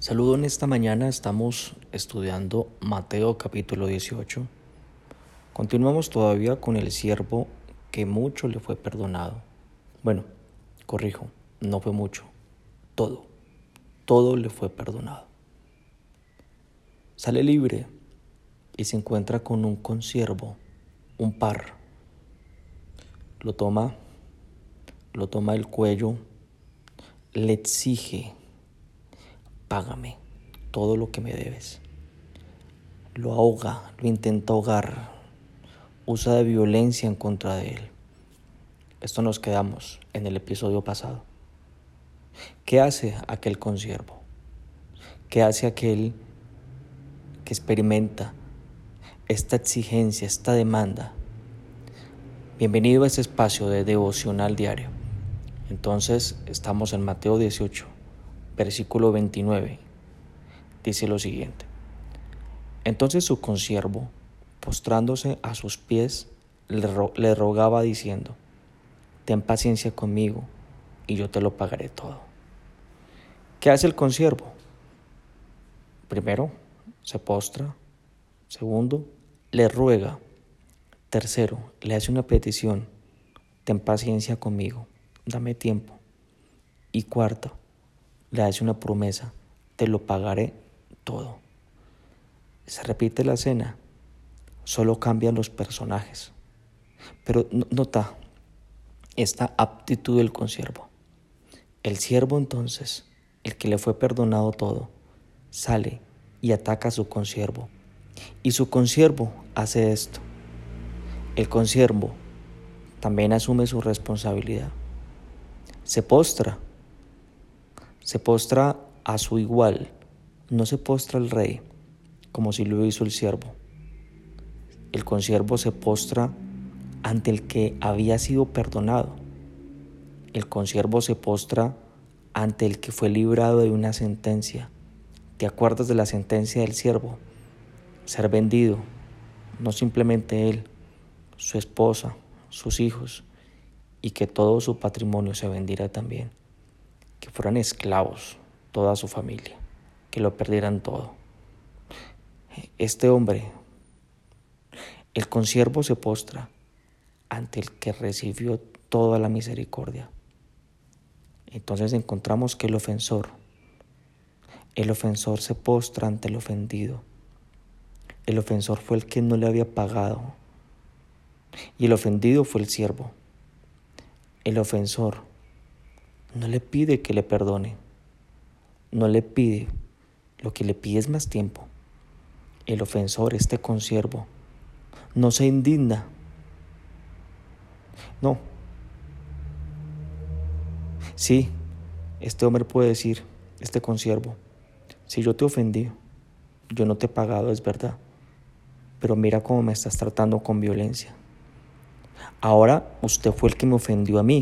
Saludo en esta mañana, estamos estudiando Mateo capítulo 18. Continuamos todavía con el siervo que mucho le fue perdonado. Bueno, corrijo, no fue mucho, todo le fue perdonado. Sale libre y se encuentra con un consiervo, un par. Lo toma del cuello, le exige: págame todo lo que me debes. Lo ahoga, lo intenta ahogar, usa de violencia en contra de él. Esto nos quedamos en el episodio pasado. ¿Qué hace aquel consiervo? ¿Qué hace aquel que experimenta esta exigencia, esta demanda? Bienvenido a este espacio de devocional diario. Entonces, estamos en Mateo 18, versículo 29. Dice lo siguiente: Entonces su consiervo, postrándose a sus pies, le rogaba diciendo: ten paciencia conmigo y yo te lo pagaré todo. ¿Qué hace el consiervo? Primero, se postra. Segundo, le ruega. Tercero, le hace una petición: ten paciencia conmigo, dame tiempo. Y cuarto, le hace una promesa: te lo pagaré todo. Se repite la escena, solo cambian los personajes. Pero nota esta aptitud del consiervo. El siervo entonces, el que le fue perdonado todo, sale y ataca a su consiervo. Y su consiervo hace esto. El consiervo también asume su responsabilidad. Se postra a su igual, no se postra al rey como si lo hizo el siervo. El consiervo se postra ante el que había sido perdonado. El consiervo se postra ante el que fue librado de una sentencia. ¿Te acuerdas de la sentencia del siervo? Ser vendido, no simplemente él, su esposa, sus hijos, y que todo su patrimonio se vendiera también. Que fueran esclavos toda su familia, que lo perdieran todo. Este hombre, el consiervo, se postra ante el que recibió toda la misericordia. Entonces encontramos que el ofensor se postra ante el ofendido. El ofensor fue el que no le había pagado y el ofendido fue el siervo. El ofensor no le pide que le perdone, no le pide, lo que le pide es más tiempo. El ofensor, este consiervo, no se indigna. No. Sí, este hombre puede decir, este consiervo: si yo te ofendí, yo no te he pagado, es verdad, pero mira cómo me estás tratando con violencia. Ahora usted fue el que me ofendió a mí.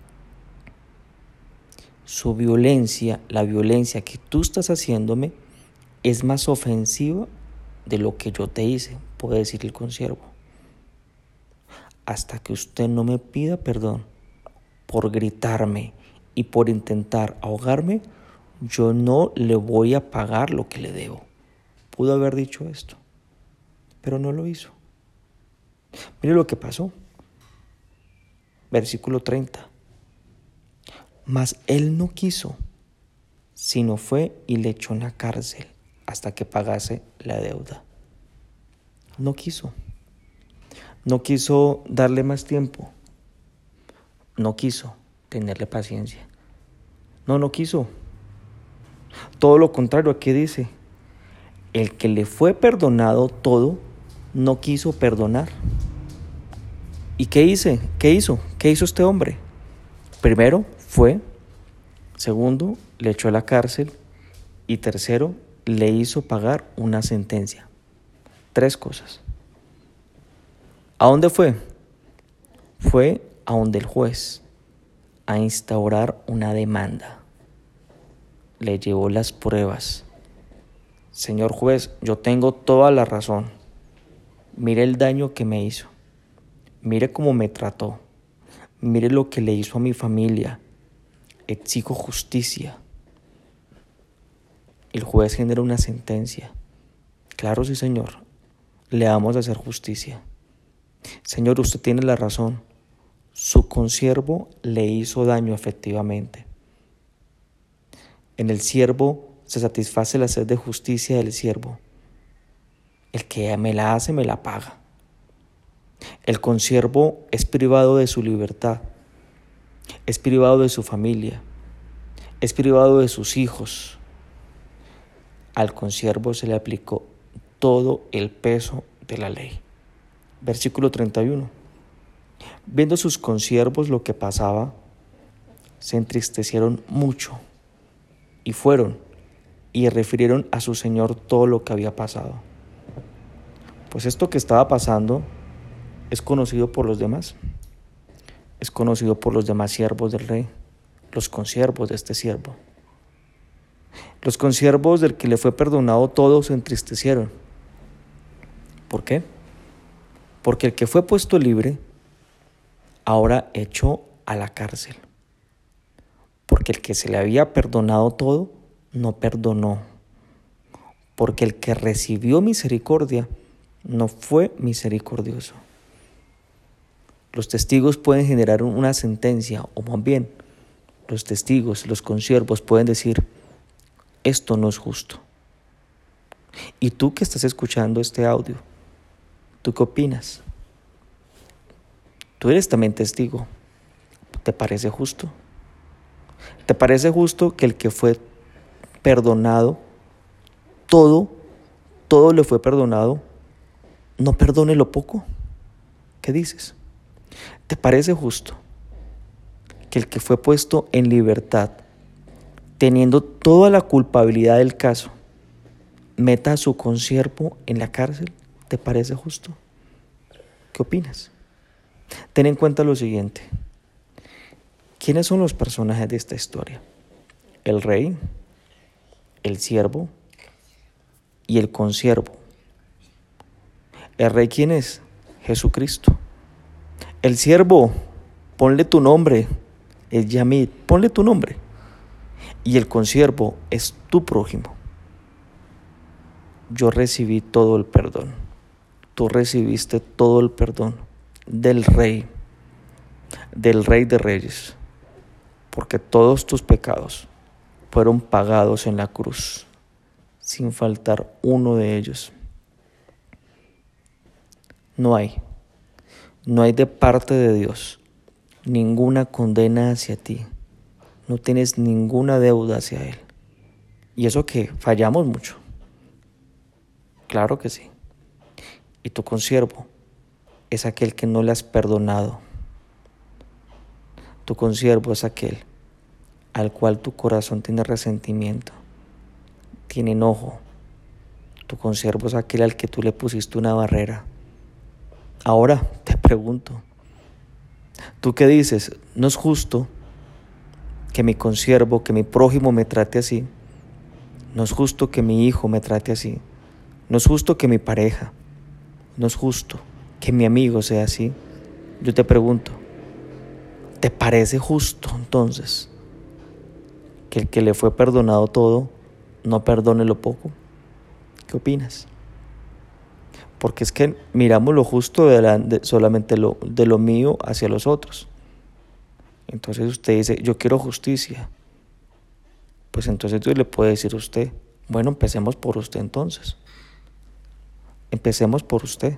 Su violencia, la violencia que tú estás haciéndome, es más ofensiva de lo que yo te hice, puede decir el consiervo. Hasta que usted no me pida perdón por gritarme y por intentar ahogarme, yo no le voy a pagar lo que le debo. Pudo haber dicho esto, pero no lo hizo. Mire lo que pasó. Versículo 30. Mas él no quiso, sino fue y le echó en la cárcel hasta que pagase la deuda. No quiso darle más tiempo. No quiso tenerle paciencia. No quiso. Todo lo contrario, aquí dice: el que le fue perdonado todo, no quiso perdonar. ¿Y qué hizo? ¿Qué hizo este hombre? Primero fue, segundo le echó a la cárcel y tercero le hizo pagar una sentencia. 3 cosas. ¿A dónde fue? Fue a donde el juez a instaurar una demanda. Le llevó las pruebas. Señor juez, yo tengo toda la razón. Mire el daño que me hizo. Mire cómo me trató. Mire lo que le hizo a mi familia. Exijo justicia. El juez genera una sentencia. Claro, sí, señor, le vamos a hacer justicia. Señor, usted tiene la razón. Su consiervo le hizo daño efectivamente. En el siervo se satisface la sed de justicia del siervo. El que me la hace, me la paga. El consiervo es privado de su libertad, es privado de su familia, es privado de sus hijos. Al consiervo se le aplicó todo el peso de la ley. Versículo 31. Viendo sus consiervos lo que pasaba, se entristecieron mucho y fueron y refirieron a su señor todo lo que había pasado. Pues esto que estaba pasando es conocido por los demás. Es conocido por los demás siervos del rey, los consiervos de este siervo. Los consiervos del que le fue perdonado todo se entristecieron. ¿Por qué? Porque el que fue puesto libre ahora echó a la cárcel. Porque el que se le había perdonado todo no perdonó. Porque el que recibió misericordia no fue misericordioso. Los testigos pueden generar una sentencia, o más bien, los testigos, los consiervos pueden decir, esto no es justo. Y tú que estás escuchando este audio, ¿tú qué opinas? Tú eres también testigo. ¿Te parece justo? ¿Te parece justo que el que fue perdonado, todo le fue perdonado, no perdone lo poco? ¿Qué dices? ¿Te parece justo que el que fue puesto en libertad, teniendo toda la culpabilidad del caso, meta a su consiervo en la cárcel? ¿Te parece justo? ¿Qué opinas? Ten en cuenta lo siguiente. ¿Quiénes son los personajes de esta historia? El rey, el siervo y el consiervo. ¿El rey quién es? Jesucristo. El siervo, ponle tu nombre, es Yamid, ponle tu nombre. Y el consiervo es tu prójimo. Yo recibí todo el perdón. Tú recibiste todo el perdón del Rey de Reyes, porque todos tus pecados fueron pagados en la cruz, sin faltar uno de ellos. No hay de parte de Dios ninguna condena hacia ti. No tienes ninguna deuda hacia Él. Y eso que fallamos mucho. Claro que sí. Y tu consiervo es aquel que no le has perdonado. Tu consiervo es aquel al cual tu corazón tiene resentimiento, tiene enojo. Tu consiervo es aquel al que tú le pusiste una barrera. Ahora te pregunto, ¿tú qué dices? ¿No es justo que mi consiervo, que mi prójimo me trate así? ¿No es justo que mi hijo me trate así? ¿No es justo que mi pareja? ¿No es justo que mi amigo sea así? Yo te pregunto, ¿te parece justo entonces que el que le fue perdonado todo no perdone lo poco? ¿Qué opinas? Porque es que miramos lo justo solamente de lo mío hacia los otros. Entonces usted dice, yo quiero justicia. Pues entonces Dios le puede decir a usted, bueno, empecemos por usted entonces. Empecemos por usted.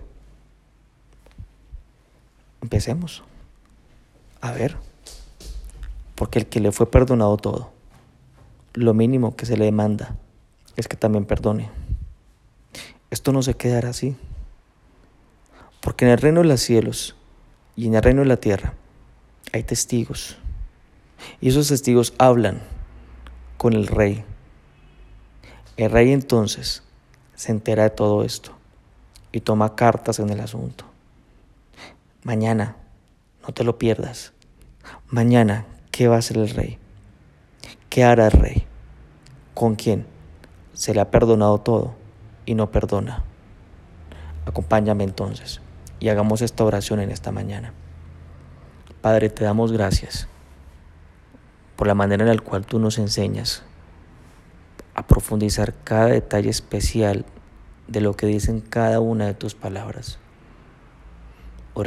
Empecemos. A ver. Porque el que le fue perdonado todo, lo mínimo que se le demanda es que también perdone. Esto no se quedará así. Porque en el reino de los cielos y en el reino de la tierra hay testigos. Y esos testigos hablan con el rey. El rey entonces se entera de todo esto y toma cartas en el asunto. Mañana, no te lo pierdas. Mañana, ¿qué va a hacer el rey? ¿Qué hará el rey? ¿Con quién? Se le ha perdonado todo y no perdona. Acompáñame entonces y hagamos esta oración en esta mañana. Padre, te damos gracias por la manera en la cual tú nos enseñas a profundizar cada detalle especial de lo que dicen cada una de tus palabras. Hoy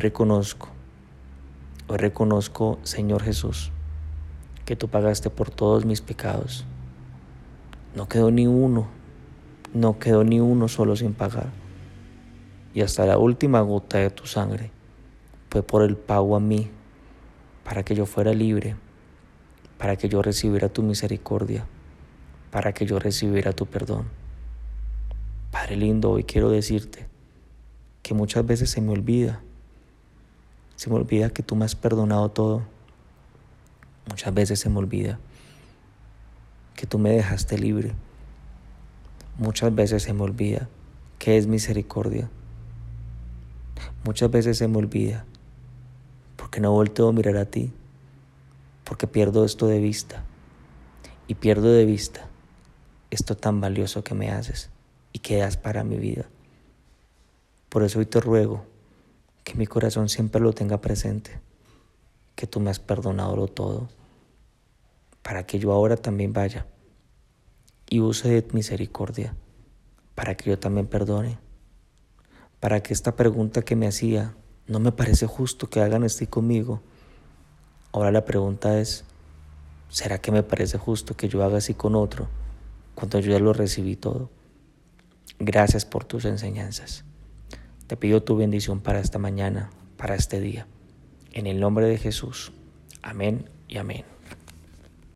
reconozco, Señor Jesús, que tú pagaste por todos mis pecados. No quedó ni uno solo sin pagar. Y hasta la última gota de tu sangre fue por el pago a mí, para que yo fuera libre, para que yo recibiera tu misericordia, para que yo recibiera tu perdón. Padre lindo, hoy quiero decirte que muchas veces se me olvida que tú me has perdonado todo. Muchas veces se me olvida que tú me dejaste libre. Muchas veces se me olvida que es misericordia. Muchas veces se me olvida porque no volteo a mirar a ti, porque pierdo esto de vista y pierdo de vista esto tan valioso que me haces y que das para mi vida. Por eso hoy te ruego que mi corazón siempre lo tenga presente, que tú me has perdonado todo, para que yo ahora también vaya y use de misericordia, para que yo también perdone, para que esta pregunta que me hacía, no me parece justo que hagan así conmigo, ahora la pregunta es, ¿será que me parece justo que yo haga así con otro cuando yo ya lo recibí todo? Gracias por tus enseñanzas. Te pido tu bendición para esta mañana, para este día. En el nombre de Jesús. Amén y amén.